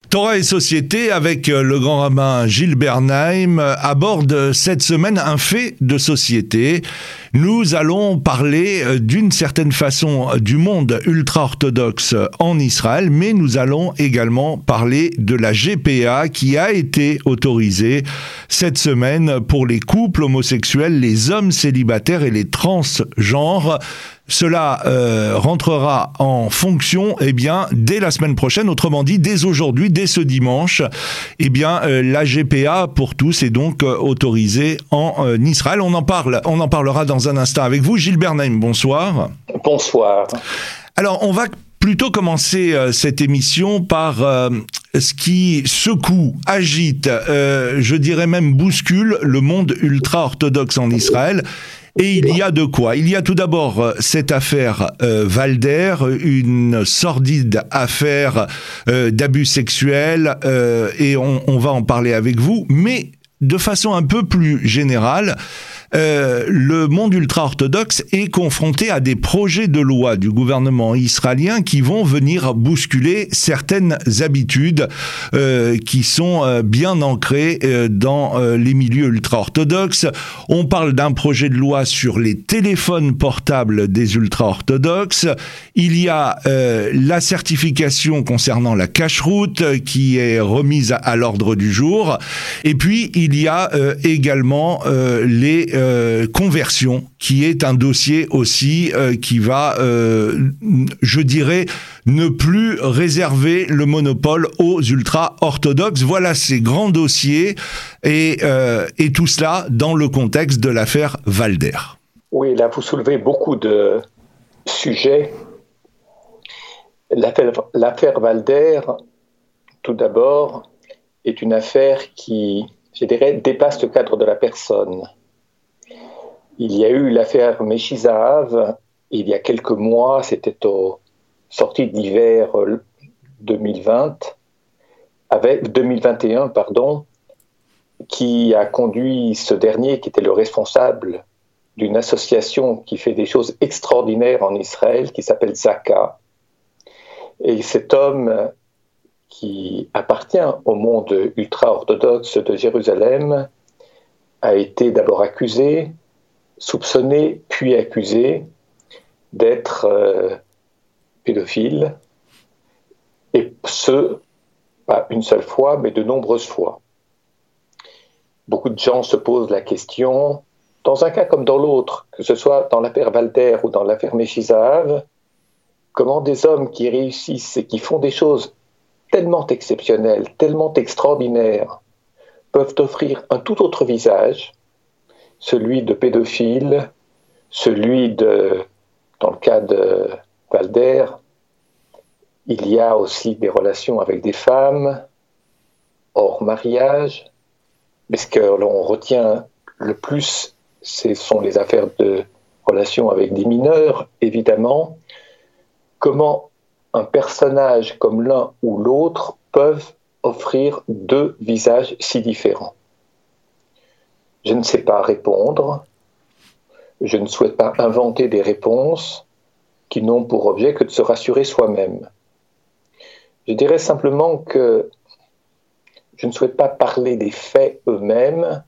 Torah et Société avec le grand rabbin Gilles Bernheim aborde cette semaine un fait de société. Nous allons parler d'une certaine façon du monde ultra-orthodoxe en Israël, mais nous allons également parler de la GPA qui a été autorisée cette semaine pour les couples homosexuels, les hommes célibataires et les transgenres. Cela rentrera en fonction dès la semaine prochaine, autrement dit dès aujourd'hui, dès ce dimanche. La GPA pour tous est donc autorisée en Israël. On en parlera dans un instant avec vous. Gilles Bernheim, bonsoir. Bonsoir. Alors, on va plutôt commencer cette émission par ce qui secoue, agite, je dirais même bouscule le monde ultra-orthodoxe en Israël. Et il y a de quoi. Il y a tout d'abord cette affaire Walder, une sordide affaire d'abus sexuels, et on va en parler avec vous, mais de façon un peu plus générale, le monde ultra-orthodoxe est confronté à des projets de loi du gouvernement israélien qui vont venir bousculer certaines habitudes qui sont bien ancrées dans les milieux ultra-orthodoxes. On parle d'un projet de loi sur les téléphones portables des ultra-orthodoxes. Il y a la certification concernant la cacheroute qui est remise à l'ordre du jour. Et puis, il y a également les conversion, qui est un dossier aussi qui va, je dirais, ne plus réserver le monopole aux ultra-orthodoxes. Voilà ces grands dossiers et tout cela dans le contexte de l'affaire Walder. Oui, là vous soulevez beaucoup de sujets. L'affaire Walder, tout d'abord, est une affaire qui, je dirais, dépasse le cadre de la personne. Il y a eu l'affaire Meshi Zahav, il y a quelques mois, c'était aux sorties d'hiver 2021, qui a conduit ce dernier, qui était le responsable d'une association qui fait des choses extraordinaires en Israël, qui s'appelle Zaka. Et cet homme, qui appartient au monde ultra-orthodoxe de Jérusalem, a été d'abord accusé, soupçonné puis accusé d'être pédophile, et ce, pas une seule fois, mais de nombreuses fois. Beaucoup de gens se posent la question, dans un cas comme dans l'autre, que ce soit dans l'affaire Walder ou dans l'affaire Meshi Zahav, comment des hommes qui réussissent et qui font des choses tellement exceptionnelles, tellement extraordinaires, peuvent offrir un tout autre visage, celui de pédophile, dans le cas de Walder, il y a aussi des relations avec des femmes, hors mariage, mais ce que l'on retient le plus, ce sont les affaires de relations avec des mineurs, évidemment. Comment un personnage comme l'un ou l'autre peuvent offrir deux visages si différents. Je ne sais pas répondre, je ne souhaite pas inventer des réponses qui n'ont pour objet que de se rassurer soi-même. Je dirais simplement que je ne souhaite pas parler des faits eux-mêmes.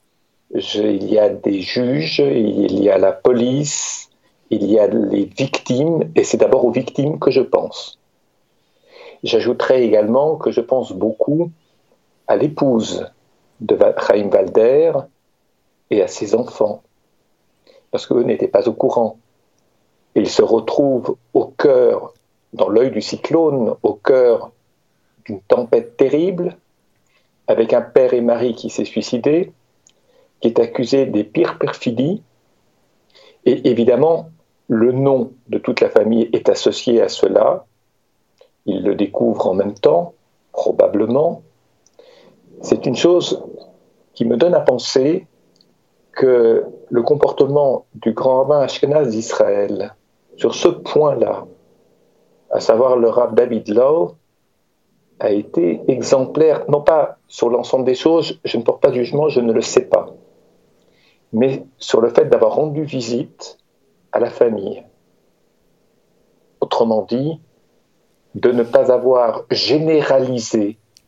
Il y a des juges, il y a la police, il y a les victimes, et c'est d'abord aux victimes que je pense. J'ajouterai également que je pense beaucoup à l'épouse de Chaim Walder et à ses enfants, parce qu'eux n'étaient pas au courant. Et ils se retrouvent au cœur, dans l'œil du cyclone, au cœur d'une tempête terrible, avec un père et mari qui s'est suicidé, qui est accusé des pires perfidies, et évidemment, le nom de toute la famille est associé à cela. Ils le découvrent en même temps, probablement. C'est une chose qui me donne à penser que le comportement du grand rabbin Ashkenaz d'Israël sur ce point-là, à savoir le rabbin David Lau, a été exemplaire, non pas sur l'ensemble des choses, je ne porte pas de jugement, je ne le sais pas, mais sur le fait d'avoir rendu visite à la famille. Autrement dit, de ne pas avoir généralisé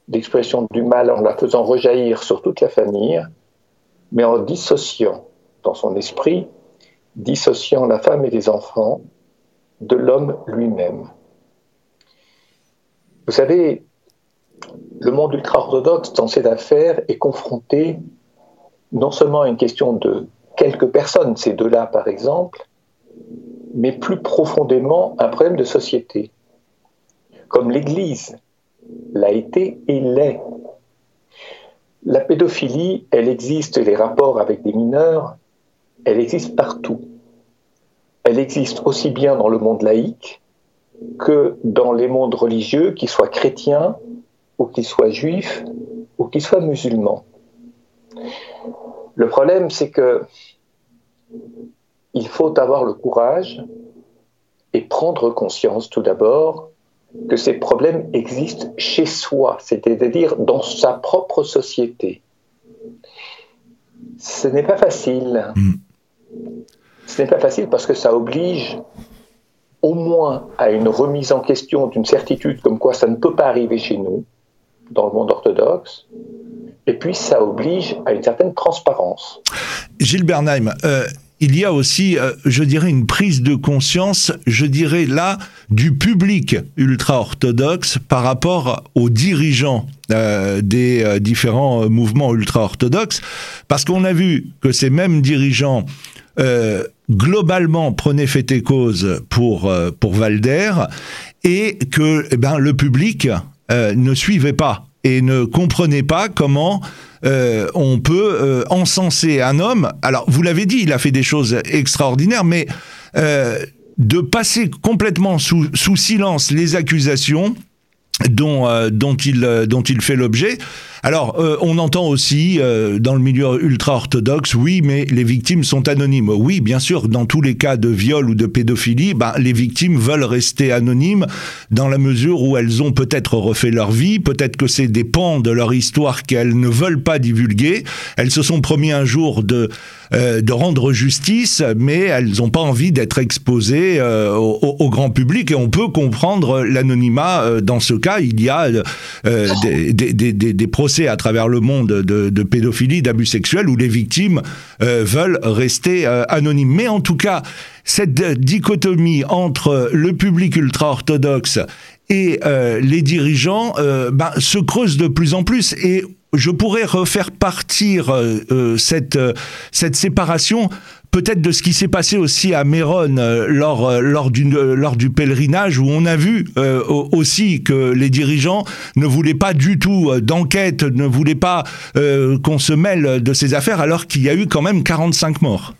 d'expression du mal en la faisant rejaillir sur toute la famille, mais en dissociant dans son esprit, dissociant la femme et les enfants de l'homme lui-même. Vous savez, le monde ultra-orthodoxe dans cette affaire est confronté non seulement à une question de quelques personnes, ces deux-là par exemple, mais plus profondément un problème de société. Comme l'Église l'a été et l'est. La pédophilie, elle existe, les rapports avec des mineurs, elle existe partout. Elle existe aussi bien dans le monde laïque que dans les mondes religieux, qu'ils soient chrétiens, ou qu'ils soient juifs, ou qu'ils soient musulmans. Le problème, c'est que il faut avoir le courage et prendre conscience tout d'abord que ces problèmes existent chez soi, c'est-à-dire dans sa propre société. Ce n'est pas facile. Ce n'est pas facile parce que ça oblige au moins à une remise en question d'une certitude comme quoi ça ne peut pas arriver chez nous, dans le monde orthodoxe, et puis ça oblige à une certaine transparence. Gilles Bernheim, il y a aussi, je dirais, une prise de conscience, je dirais là, du public ultra-orthodoxe par rapport aux dirigeants des différents mouvements ultra-orthodoxes, parce qu'on a vu que ces mêmes dirigeants globalement prenaient fait et cause pour Walder, et que le public ne suivait pas et ne comprenait pas comment on peut encenser un homme. Alors, vous l'avez dit, il a fait des choses extraordinaires, mais de passer complètement sous silence les accusations dont il fait l'objet. Alors, on entend aussi dans le milieu ultra-orthodoxe, oui, mais les victimes sont anonymes. Oui, bien sûr, dans tous les cas de viol ou de pédophilie, les victimes veulent rester anonymes dans la mesure où elles ont peut-être refait leur vie, peut-être que c'est des pans de leur histoire qu'elles ne veulent pas divulguer. Elles se sont promis un jour de rendre justice, mais elles n'ont pas envie d'être exposées au grand public, et on peut comprendre l'anonymat. Dans ce cas, il y a des procès à travers le monde de pédophilie, d'abus sexuels, où les victimes veulent rester anonymes. Mais en tout cas, cette dichotomie entre le public ultra-orthodoxe et les dirigeants se creuse de plus en plus, et je pourrais refaire partir cette séparation peut-être de ce qui s'est passé aussi à Méron lors du pèlerinage, où on a vu aussi que les dirigeants ne voulaient pas du tout d'enquête, ne voulaient pas qu'on se mêle de ces affaires, alors qu'il y a eu quand même 45 morts.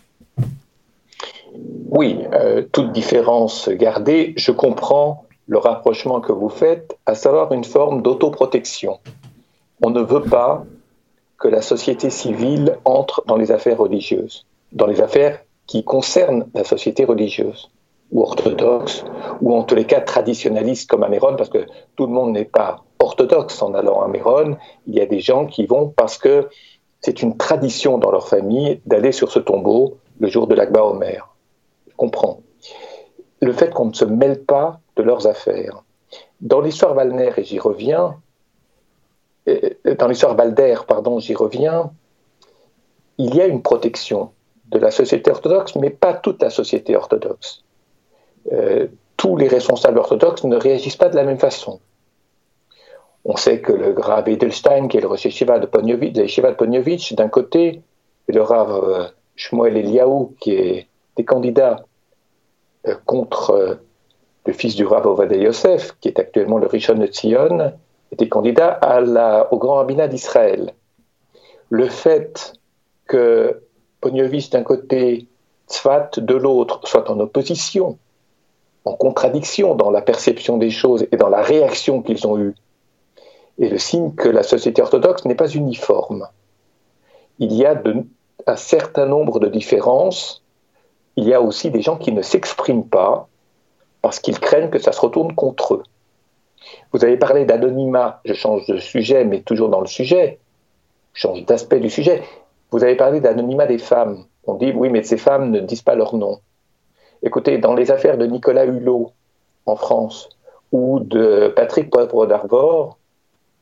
Oui, toute différence gardée, je comprends le rapprochement que vous faites, à savoir une forme d'autoprotection. On ne veut pas que la société civile entre dans les affaires religieuses, dans les affaires qui concernent la société religieuse, ou orthodoxe, ou en tous les cas traditionnaliste comme à Méron, parce que tout le monde n'est pas orthodoxe en allant à Méron. Il y a des gens qui vont parce que c'est une tradition dans leur famille d'aller sur ce tombeau le jour de l'Akba Omer. Je comprends. Le fait qu'on ne se mêle pas de leurs affaires. Dans l'histoire Walder, et j'y reviens, il y a une protection de la société orthodoxe, mais pas toute la société orthodoxe. Tous les responsables orthodoxes ne réagissent pas de la même façon. On sait que le Rav Edelstein, qui est le Rosh Yeshiva de Ponyovitch, d'un côté, et le Rav Shmuel Eliaou, qui est des candidats contre le fils du Rav Ovadia Yosef, qui est actuellement le Rishon LeZion, était candidat au grand rabbinat d'Israël. Le fait que Ponyovitch d'un côté, Tzfat de l'autre, soient en opposition, en contradiction dans la perception des choses et dans la réaction qu'ils ont eue, est le signe que la société orthodoxe n'est pas uniforme. Il y a un certain nombre de différences. Il y a aussi des gens qui ne s'expriment pas parce qu'ils craignent que ça se retourne contre eux. Vous avez parlé d'anonymat, je change de sujet, mais toujours dans le sujet, je change d'aspect du sujet. Vous avez parlé d'anonymat des femmes. On dit, oui, mais ces femmes ne disent pas leur nom. Écoutez, dans les affaires de Nicolas Hulot, en France, ou de Patrick Poivre d'Arvor,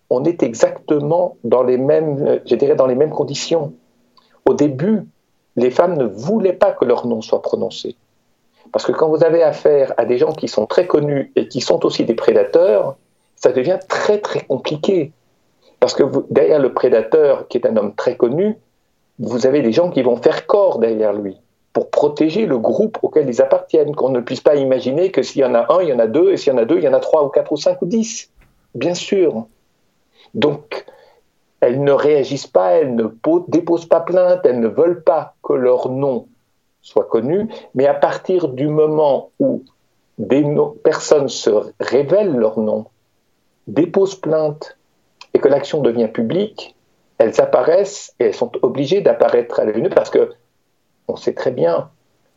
on est exactement dans les mêmes, je dirais, dans les mêmes conditions. Au début, les femmes ne voulaient pas que leur nom soit prononcé. Parce que quand vous avez affaire à des gens qui sont très connus et qui sont aussi des prédateurs, ça devient très très compliqué. Parce que derrière le prédateur, qui est un homme très connu, vous avez des gens qui vont faire corps derrière lui pour protéger le groupe auquel ils appartiennent, qu'on ne puisse pas imaginer que s'il y en a un, il y en a deux, et s'il y en a deux, il y en a 3 ou 4 ou 5 ou 10. Bien sûr. Donc, elles ne réagissent pas, elles ne déposent pas plainte, elles ne veulent pas que leur nom soit connu, mais à partir du moment où des personnes se révèlent leur nom, déposent plainte, et que l'action devient publique, elles apparaissent et elles sont obligées d'apparaître à la une parce que on sait très bien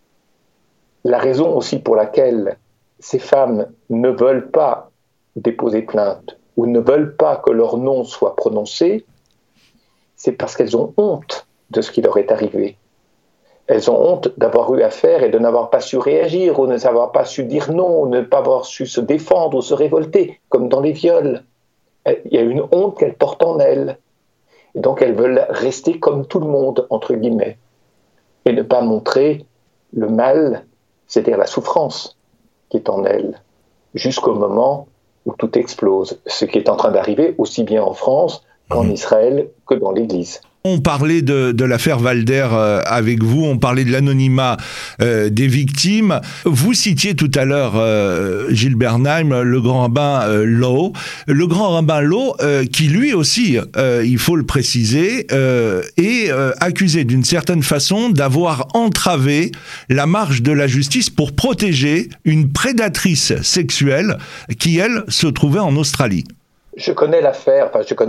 la raison aussi pour laquelle ces femmes ne veulent pas déposer plainte ou ne veulent pas que leur nom soit prononcé, c'est parce qu'elles ont honte de ce qui leur est arrivé. Elles ont honte d'avoir eu affaire et de n'avoir pas su réagir ou de n'avoir pas su dire non, ou de ne pas avoir su se défendre ou se révolter, comme dans les viols. Il y a une honte qu'elles portent en elles. Et donc elles veulent rester comme tout le monde, entre guillemets, et ne pas montrer le mal, c'est-à-dire la souffrance qui est en elles, jusqu'au moment où tout explose, ce qui est en train d'arriver aussi bien en France qu'en Israël que dans l'Église. On parlait de l'affaire Walder avec vous, on parlait de l'anonymat des victimes. Vous citiez tout à l'heure, Gilles Bernheim, le grand rabbin Loew. Le grand rabbin Loew, qui lui aussi, il faut le préciser, est accusé d'une certaine façon d'avoir entravé la marche de la justice pour protéger une prédatrice sexuelle qui, elle, se trouvait en Australie. Je connais l'affaire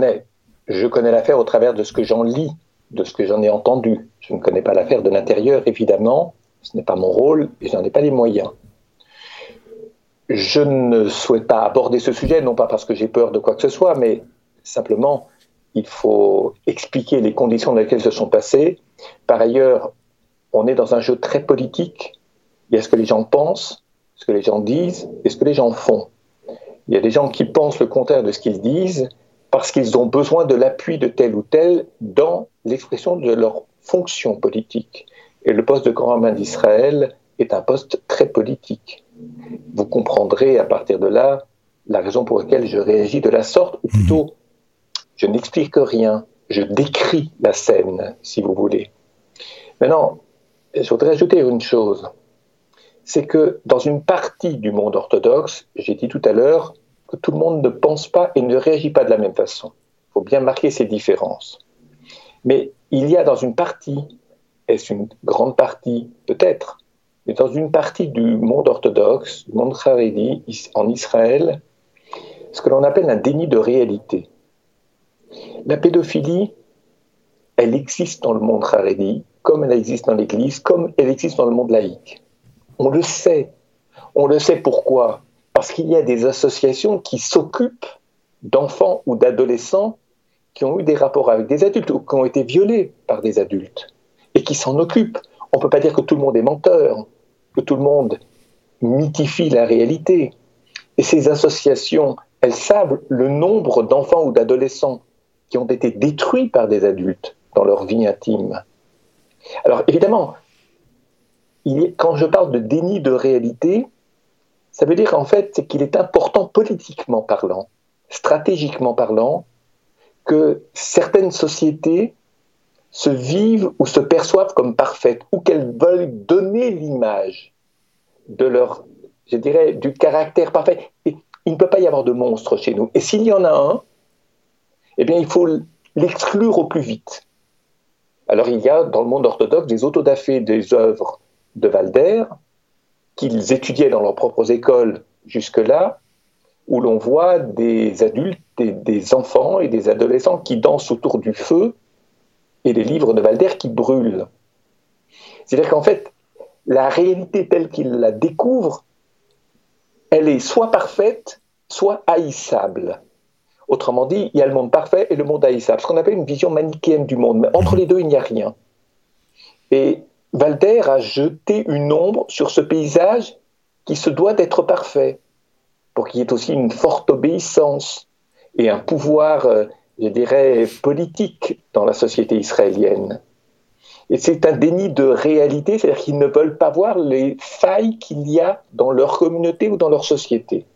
au travers de ce que j'en lis, de ce que j'en ai entendu. Je ne connais pas l'affaire de l'intérieur, évidemment. Ce n'est pas mon rôle et je n'en ai pas les moyens. Je ne souhaite pas aborder ce sujet, non pas parce que j'ai peur de quoi que ce soit, mais simplement, il faut expliquer les conditions dans lesquelles se sont passées. Par ailleurs, on est dans un jeu très politique. Il y a ce que les gens pensent, ce que les gens disent et ce que les gens font. Il y a des gens qui pensent le contraire de ce qu'ils disent, parce qu'ils ont besoin de l'appui de tel ou tel dans l'expression de leur fonction politique. Et le poste de grand rabbin d'Israël est un poste très politique. Vous comprendrez à partir de là la raison pour laquelle je réagis de la sorte, ou plutôt, je n'explique rien, je décris la scène, si vous voulez. Maintenant, je voudrais ajouter une chose, c'est que dans une partie du monde orthodoxe, j'ai dit tout à l'heure, que tout le monde ne pense pas et ne réagit pas de la même façon. Il faut bien marquer ces différences. Mais il y a dans une partie, est-ce une grande partie peut-être, mais dans une partie du monde orthodoxe, du monde haredi, en Israël, ce que l'on appelle un déni de réalité. La pédophilie, elle existe dans le monde haredi, comme elle existe dans l'Église, comme elle existe dans le monde laïque. On le sait. On le sait pourquoi ? Parce qu'il y a des associations qui s'occupent d'enfants ou d'adolescents qui ont eu des rapports avec des adultes ou qui ont été violés par des adultes et qui s'en occupent. On ne peut pas dire que tout le monde est menteur, que tout le monde mythifie la réalité. Et ces associations, elles savent le nombre d'enfants ou d'adolescents qui ont été détruits par des adultes dans leur vie intime. Alors évidemment, quand je parle de déni de réalité, ça veut dire en fait qu'il est important politiquement parlant, stratégiquement parlant, que certaines sociétés se vivent ou se perçoivent comme parfaites, ou qu'elles veulent donner l'image de leur, je dirais, du caractère parfait. Et il ne peut pas y avoir de monstre chez nous. Et s'il y en a un, eh bien il faut l'exclure au plus vite. Alors il y a dans le monde orthodoxe des autodafés des œuvres de Walder, qu'ils étudiaient dans leurs propres écoles jusque-là, où l'on voit des adultes, des enfants et des adolescents qui dansent autour du feu et les livres de Walder qui brûlent. C'est-à-dire qu'en fait, la réalité telle qu'ils la découvrent, elle est soit parfaite, soit haïssable. Autrement dit, il y a le monde parfait et le monde haïssable, ce qu'on appelle une vision manichéenne du monde. Mais entre les deux, il n'y a rien. Et Walder a jeté une ombre sur ce paysage qui se doit d'être parfait, pour qu'il y ait aussi une forte obéissance et un pouvoir, je dirais, politique dans la société israélienne. Et c'est un déni de réalité, c'est-à-dire qu'ils ne veulent pas voir les failles qu'il y a dans leur communauté ou dans leur société.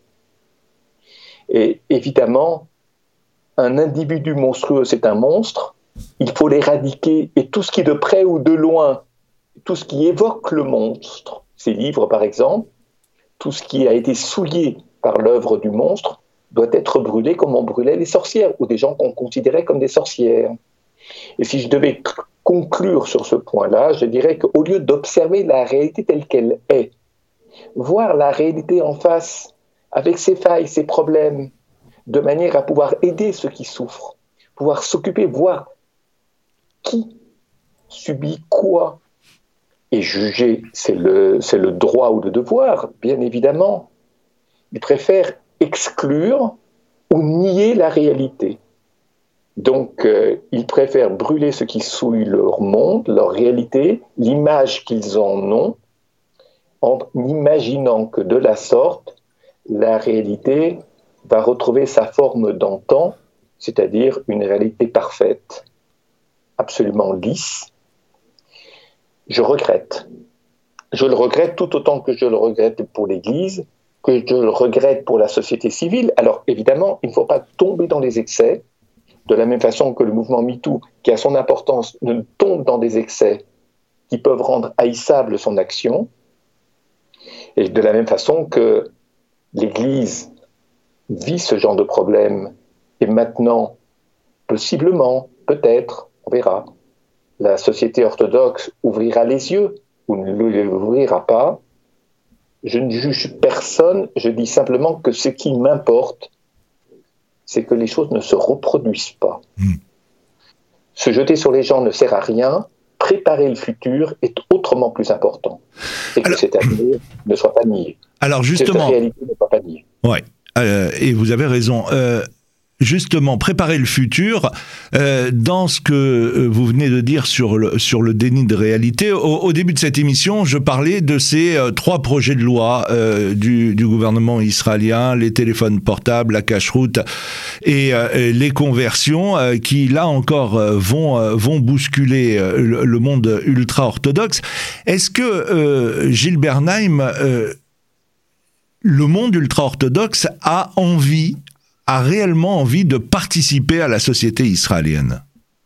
Et évidemment, un individu monstrueux, c'est un monstre, il faut l'éradiquer, et tout ce qui est de près ou de loin, tout ce qui évoque le monstre, ces livres par exemple, tout ce qui a été souillé par l'œuvre du monstre, doit être brûlé comme on brûlait les sorcières, ou des gens qu'on considérait comme des sorcières. Et si je devais conclure sur ce point-là, je dirais qu'au lieu d'observer la réalité telle qu'elle est, voir la réalité en face, avec ses failles, ses problèmes, de manière à pouvoir aider ceux qui souffrent, pouvoir s'occuper, voir qui subit quoi, et juger, c'est le droit ou le devoir, bien évidemment. Ils préfèrent exclure ou nier la réalité. Donc, ils préfèrent brûler ce qui souille leur monde, leur réalité, l'image qu'ils en ont, en imaginant que de la sorte, la réalité va retrouver sa forme d'antan, c'est-à-dire une réalité parfaite, absolument lisse. Je regrette. Je le regrette tout autant que je le regrette pour l'Église, que je le regrette pour la société civile. Alors, évidemment, il ne faut pas tomber dans les excès, de la même façon que le mouvement MeToo, qui a son importance, ne tombe dans des excès qui peuvent rendre haïssable son action, et de la même façon que l'Église vit ce genre de problème, et maintenant, possiblement, peut-être, on verra, la société orthodoxe ouvrira les yeux ou ne les ouvrira pas. Je ne juge personne, je dis simplement que ce qui m'importe, c'est que les choses ne se reproduisent pas. Se jeter sur les gens ne sert à rien, préparer le futur est autrement plus important. Et que cet avenir ne soit pas nié. Alors justement, cette réalité ne soit pas niée. Ouais, et vous avez raison. Justement, préparer le futur, dans ce que vous venez de dire sur le déni de réalité, au début de cette émission, je parlais de ces 3 projets de loi du gouvernement israélien, les téléphones portables, la cache-route et les conversions, qui là encore vont bousculer le monde ultra-orthodoxe. Est-ce que, Gilles Bernheim, le monde ultra-orthodoxe a réellement envie de participer à la société israélienne?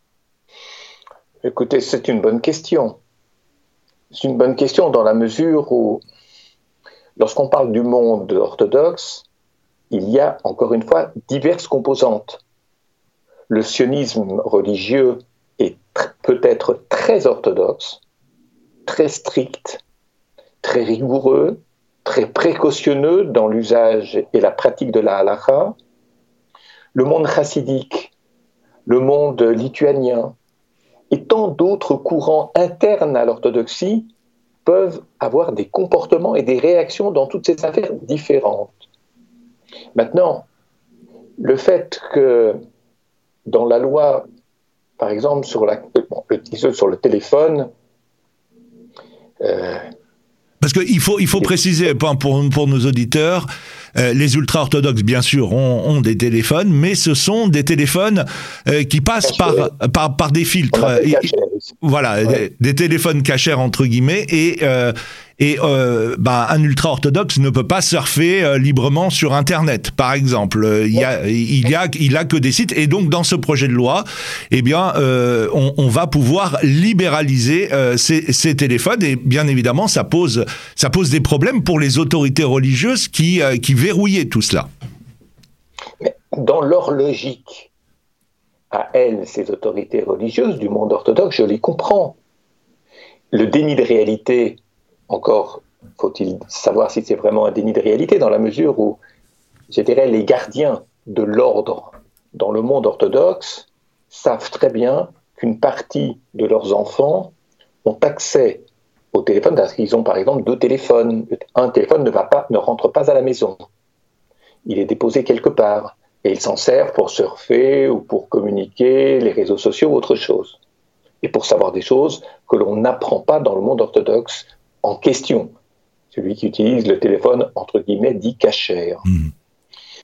Écoutez, c'est une bonne question. C'est une bonne question dans la mesure où, lorsqu'on parle du monde orthodoxe, il y a, encore une fois, diverses composantes. Le sionisme religieux est peut-être très orthodoxe, très strict, très rigoureux, très précautionneux dans l'usage et la pratique de la halakha. Le monde chassidique, le monde lituanien et tant d'autres courants internes à l'orthodoxie peuvent avoir des comportements et des réactions dans toutes ces affaires différentes. Maintenant, le fait que dans la loi, par exemple, sur le téléphone, parce qu'il faut préciser pour nos auditeurs, les ultra-orthodoxes, bien sûr, ont des téléphones, mais ce sont des téléphones qui passent par des filtres. Voilà, ouais. des téléphones cachers, entre guillemets, et un ultra-orthodoxe ne peut pas surfer librement sur Internet, par exemple. Il a que des sites, et donc dans ce projet de loi, on va pouvoir libéraliser ces téléphones, et bien évidemment, ça pose des problèmes pour les autorités religieuses qui verrouillaient tout cela. Mais dans leur logique, à elles, ces autorités religieuses du monde orthodoxe, je les comprends. Le déni de réalité, encore faut-il savoir si c'est vraiment un déni de réalité, dans la mesure où, je dirais, les gardiens de l'ordre dans le monde orthodoxe savent très bien qu'une partie de leurs enfants ont accès au téléphone, parce qu'ils ont par exemple 2 téléphones. Un téléphone ne rentre pas à la maison. Il est déposé quelque part. Et ils s'en servent pour surfer ou pour communiquer, les réseaux sociaux ou autre chose. Et pour savoir des choses que l'on n'apprend pas dans le monde orthodoxe en question. Celui qui utilise le téléphone, entre guillemets, dit cachère.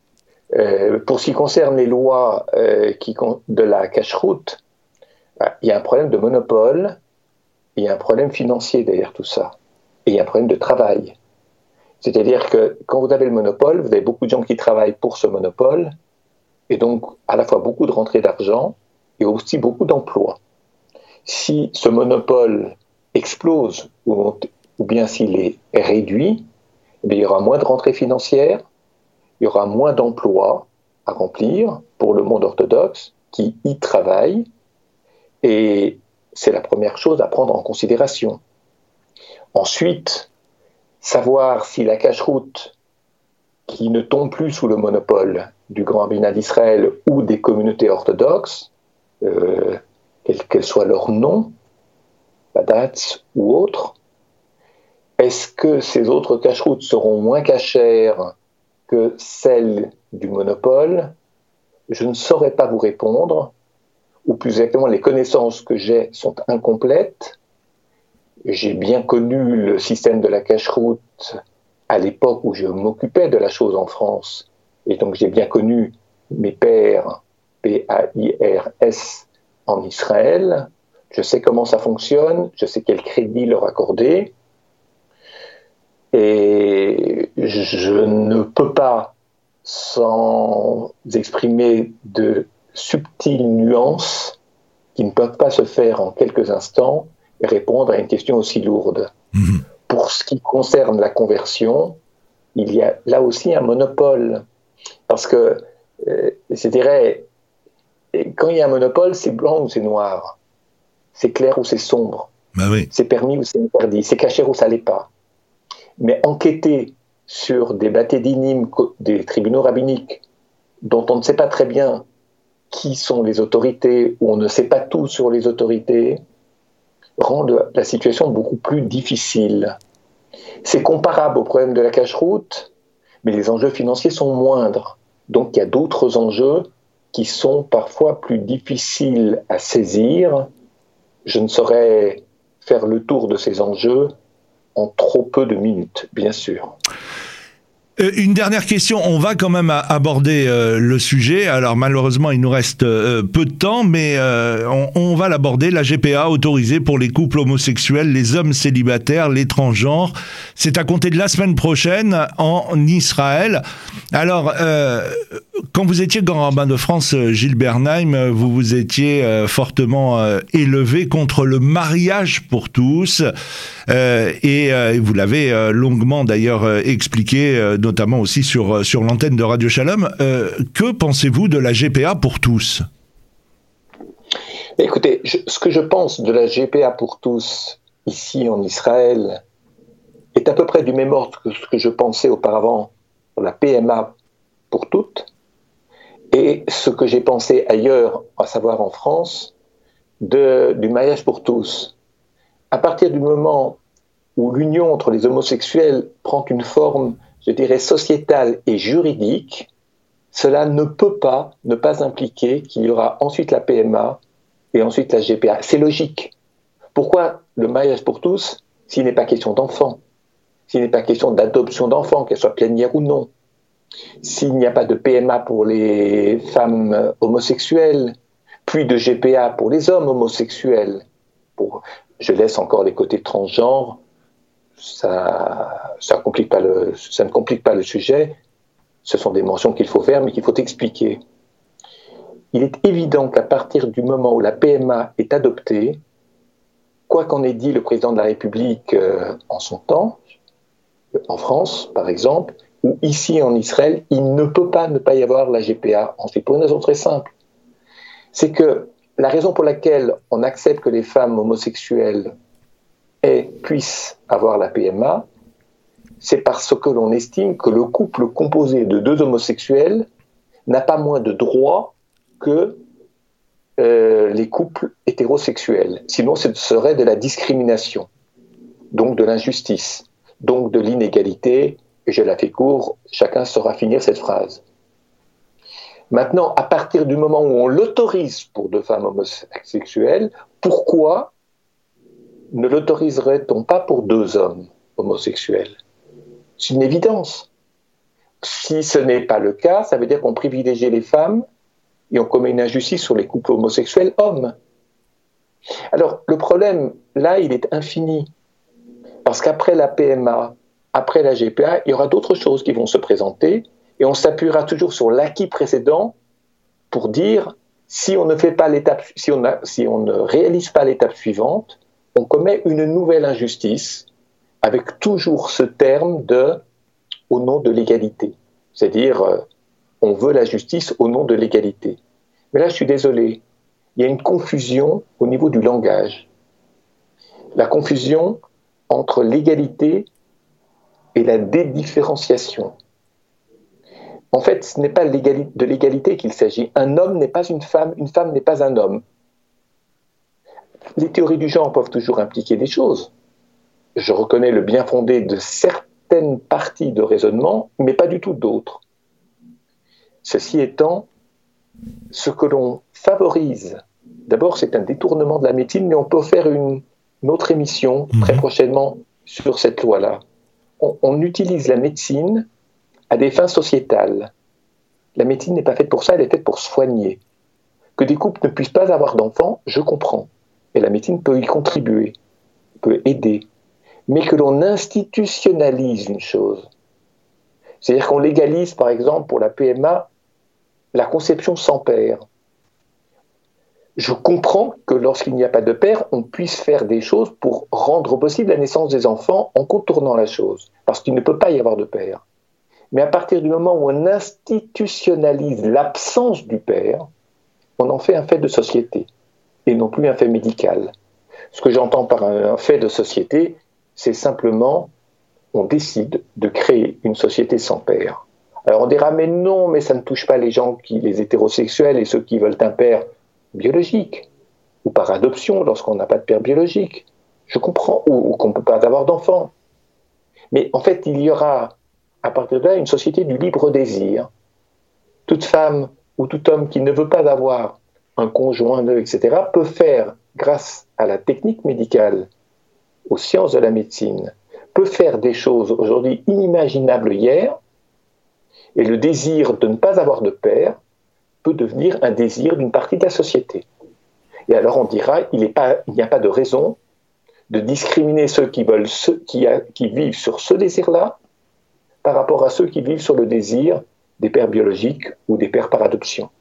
Pour ce qui concerne les lois de la cacheroute, il y a un problème de monopole, il y a un problème financier derrière tout ça, et il y a un problème de travail. C'est-à-dire que quand vous avez le monopole, vous avez beaucoup de gens qui travaillent pour ce monopole, et donc à la fois beaucoup de rentrées d'argent, et aussi beaucoup d'emplois. Si ce monopole explose, ou bien s'il est réduit, il y aura moins de rentrées financières, il y aura moins d'emplois à remplir pour le monde orthodoxe qui y travaille, et c'est la première chose à prendre en considération. Ensuite, savoir si la cacheroute, qui ne tombe plus sous le monopole du grand rabbinat d'Israël ou des communautés orthodoxes, quel que soit leur nom, Badatz ou autres, est-ce que ces autres cacheroutes seront moins cachères que celles du monopole? Je ne saurais pas vous répondre, ou plus exactement, les connaissances que j'ai sont incomplètes. J'ai bien connu le système de la cacheroute à l'époque où je m'occupais de la chose en France, et donc j'ai bien connu mes pairs, P-A-I-R-S, en Israël. Je sais comment ça fonctionne, je sais quel crédit leur accorder, et je ne peux pas, sans exprimer de subtiles nuances qui ne peuvent pas se faire en quelques instants, répondre à une question aussi lourde. Pour ce qui concerne la conversion, il y a là aussi un monopole, parce que, je dirais, quand il y a un monopole, c'est blanc ou c'est noir, c'est clair ou c'est sombre, c'est permis ou c'est interdit, c'est caché ou ça l'est pas. Mais enquêter sur des batédinim des tribunaux rabbiniques dont on ne sait pas très bien qui sont les autorités, ou on ne sait pas tout sur les autorités, rend la situation beaucoup plus difficile. C'est comparable au problème de la cacheroute, mais les enjeux financiers sont moindres. Donc il y a d'autres enjeux qui sont parfois plus difficiles à saisir. Je ne saurais faire le tour de ces enjeux en trop peu de minutes, bien sûr. Une dernière question, on va quand même aborder le sujet, alors malheureusement il nous reste peu de temps, mais on va l'aborder, la GPA autorisée pour les couples homosexuels, les hommes célibataires, les transgenres, c'est à compter de la semaine prochaine en Israël. Alors, quand vous étiez grand rabbin de France, Gilles Bernheim, vous vous étiez fortement élevé contre le mariage pour tous, et vous l'avez longuement d'ailleurs expliqué, notamment aussi sur l'antenne de Radio Shalom. Que pensez-vous de la GPA pour tous ? Écoutez, ce que je pense de la GPA pour tous, ici en Israël, est à peu près du même ordre que ce que je pensais auparavant pour la PMA pour toutes, et ce que j'ai pensé ailleurs, à savoir en France, du mariage pour tous. À partir du moment où l'union entre les homosexuels prend une forme, je dirais, sociétale et juridique, cela ne peut pas ne pas impliquer qu'il y aura ensuite la PMA et ensuite la GPA. C'est logique. Pourquoi le mariage pour tous s'il n'est pas question d'enfants, s'il n'est pas question d'adoption d'enfants, qu'elles soient plénières ou non, s'il n'y a pas de PMA pour les femmes homosexuelles, puis de GPA pour les hommes homosexuels. Je laisse encore les côtés transgenres, ça ne complique pas le sujet, ce sont des mentions qu'il faut faire, mais qu'il faut expliquer. Il est évident qu'à partir du moment où la PMA est adoptée, quoi qu'en ait dit le président de la République en son temps, en France par exemple, ou ici en Israël, il ne peut pas ne pas y avoir la GPA. Ensuite, pour une raison très simple, c'est que la raison pour laquelle on accepte que les femmes homosexuelles puissent avoir la PMA, c'est parce que l'on estime que le couple composé de deux homosexuels n'a pas moins de droits que les couples hétérosexuels. Sinon, ce serait de la discrimination, donc de l'injustice, donc de l'inégalité. Et je la fais court, chacun saura finir cette phrase. Maintenant, à partir du moment où on l'autorise pour deux femmes homosexuelles, pourquoi ne l'autoriserait-on pas pour deux hommes homosexuels ? C'est une évidence. si ce n'est pas le cas, ça veut dire qu'on privilégie les femmes et on commet une injustice sur les couples homosexuels hommes. Alors, le problème, là, il est infini. Parce qu'après la PMA, après la GPA, il y aura d'autres choses qui vont se présenter et on s'appuiera toujours sur l'acquis précédent pour dire si on ne fait pas l'étape, si on ne réalise pas l'étape suivante, on commet une nouvelle injustice avec toujours ce terme de au nom de l'égalité. C'est-à-dire, on veut la justice au nom de l'égalité. Mais là, je suis désolé, il y a une confusion au niveau du langage. La confusion entre l'égalité et la dédifférenciation. En fait, ce n'est pas de l'égalité qu'il s'agit. Un homme n'est pas une femme n'est pas un homme. Les théories du genre peuvent toujours impliquer des choses. Je reconnais le bien fondé de certaines parties de raisonnement, mais pas du tout d'autres. Ceci étant, ce que l'on favorise, d'abord c'est un détournement de la médecine, mais on peut faire une autre émission très prochainement sur cette loi-là. On utilise la médecine à des fins sociétales. La médecine n'est pas faite pour ça, elle est faite pour soigner. Que des couples ne puissent pas avoir d'enfants, je comprends. Et la médecine peut y contribuer, peut aider. Mais que l'on institutionnalise une chose. C'est-à-dire qu'on légalise, par exemple, pour la PMA, la conception sans père. Je comprends que lorsqu'il n'y a pas de père, on puisse faire des choses pour rendre possible la naissance des enfants en contournant la chose. Parce qu'il ne peut pas y avoir de père. Mais à partir du moment où on institutionnalise l'absence du père, on en fait un fait de société, et non plus un fait médical. Ce que j'entends par un fait de société, c'est simplement, on décide de créer une société sans père. Alors on dira, mais non, mais ça ne touche pas les hétérosexuels et ceux qui veulent un père biologique, ou par adoption lorsqu'on n'a pas de père biologique. Je comprends, ou qu'on ne peut pas avoir d'enfant. Mais en fait, il y aura, à partir de là, une société du libre désir. Toute femme ou tout homme qui ne veut pas avoir un conjoint, etc., peut faire, grâce à la technique médicale, aux sciences de la médecine, peut faire des choses aujourd'hui inimaginables hier, et le désir de ne pas avoir de père peut devenir un désir d'une partie de la société. Et alors on dira, il n'y a pas de raison de discriminer ceux qui vivent sur ce désir-là par rapport à ceux qui vivent sur le désir des pères biologiques ou des pères par adoption.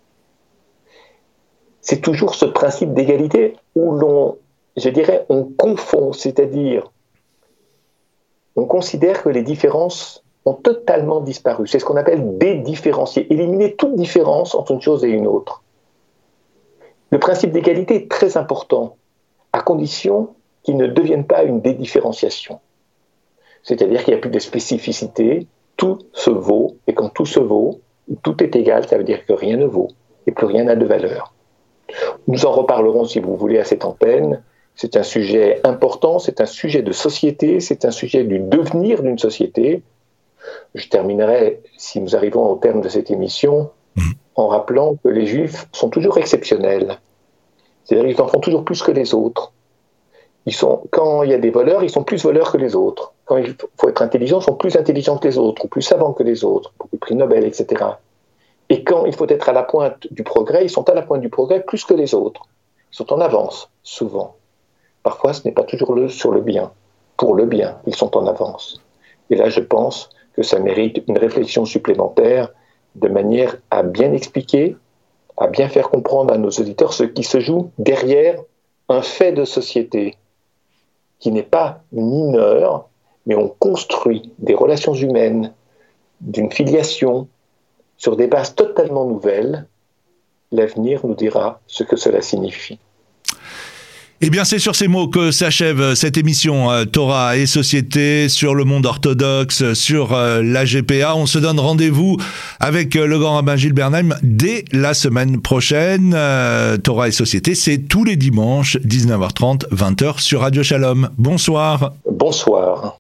C'est toujours ce principe d'égalité où on confond, c'est-à-dire on considère que les différences ont totalement disparu. C'est ce qu'on appelle dédifférencier, éliminer toute différence entre une chose et une autre. Le principe d'égalité est très important, à condition qu'il ne devienne pas une dédifférenciation. C'est-à-dire qu'il n'y a plus de spécificité, tout se vaut, et quand tout se vaut, tout est égal, ça veut dire que rien ne vaut, et plus rien n'a de valeur. Nous en reparlerons, si vous voulez, à cette antenne. C'est un sujet important, c'est un sujet de société, c'est un sujet du devenir d'une société. Je terminerai, si nous arrivons au terme de cette émission, en rappelant que les Juifs sont toujours exceptionnels. C'est-à-dire qu'ils en font toujours plus que les autres. Quand il y a des voleurs, ils sont plus voleurs que les autres. Quand il faut être intelligent, ils sont plus intelligents que les autres, ou plus savants que les autres, beaucoup de prix Nobel, etc. Et quand il faut être à la pointe du progrès, ils sont à la pointe du progrès plus que les autres. Ils sont en avance, souvent. Parfois, ce n'est pas toujours sur le bien. Pour le bien, ils sont en avance. Et là, je pense que ça mérite une réflexion supplémentaire de manière à bien expliquer, à bien faire comprendre à nos auditeurs ce qui se joue derrière un fait de société qui n'est pas mineur, mais on construit des relations humaines, d'une filiation, sur des bases totalement nouvelles. L'avenir nous dira ce que cela signifie. Eh bien, c'est sur ces mots que s'achève cette émission Torah et Société sur le monde orthodoxe, sur la GPA. On se donne rendez-vous avec le grand rabbin Gilles Bernheim dès la semaine prochaine. Torah et Société, c'est tous les dimanches, 19h30, 20h sur Radio Shalom. Bonsoir. Bonsoir.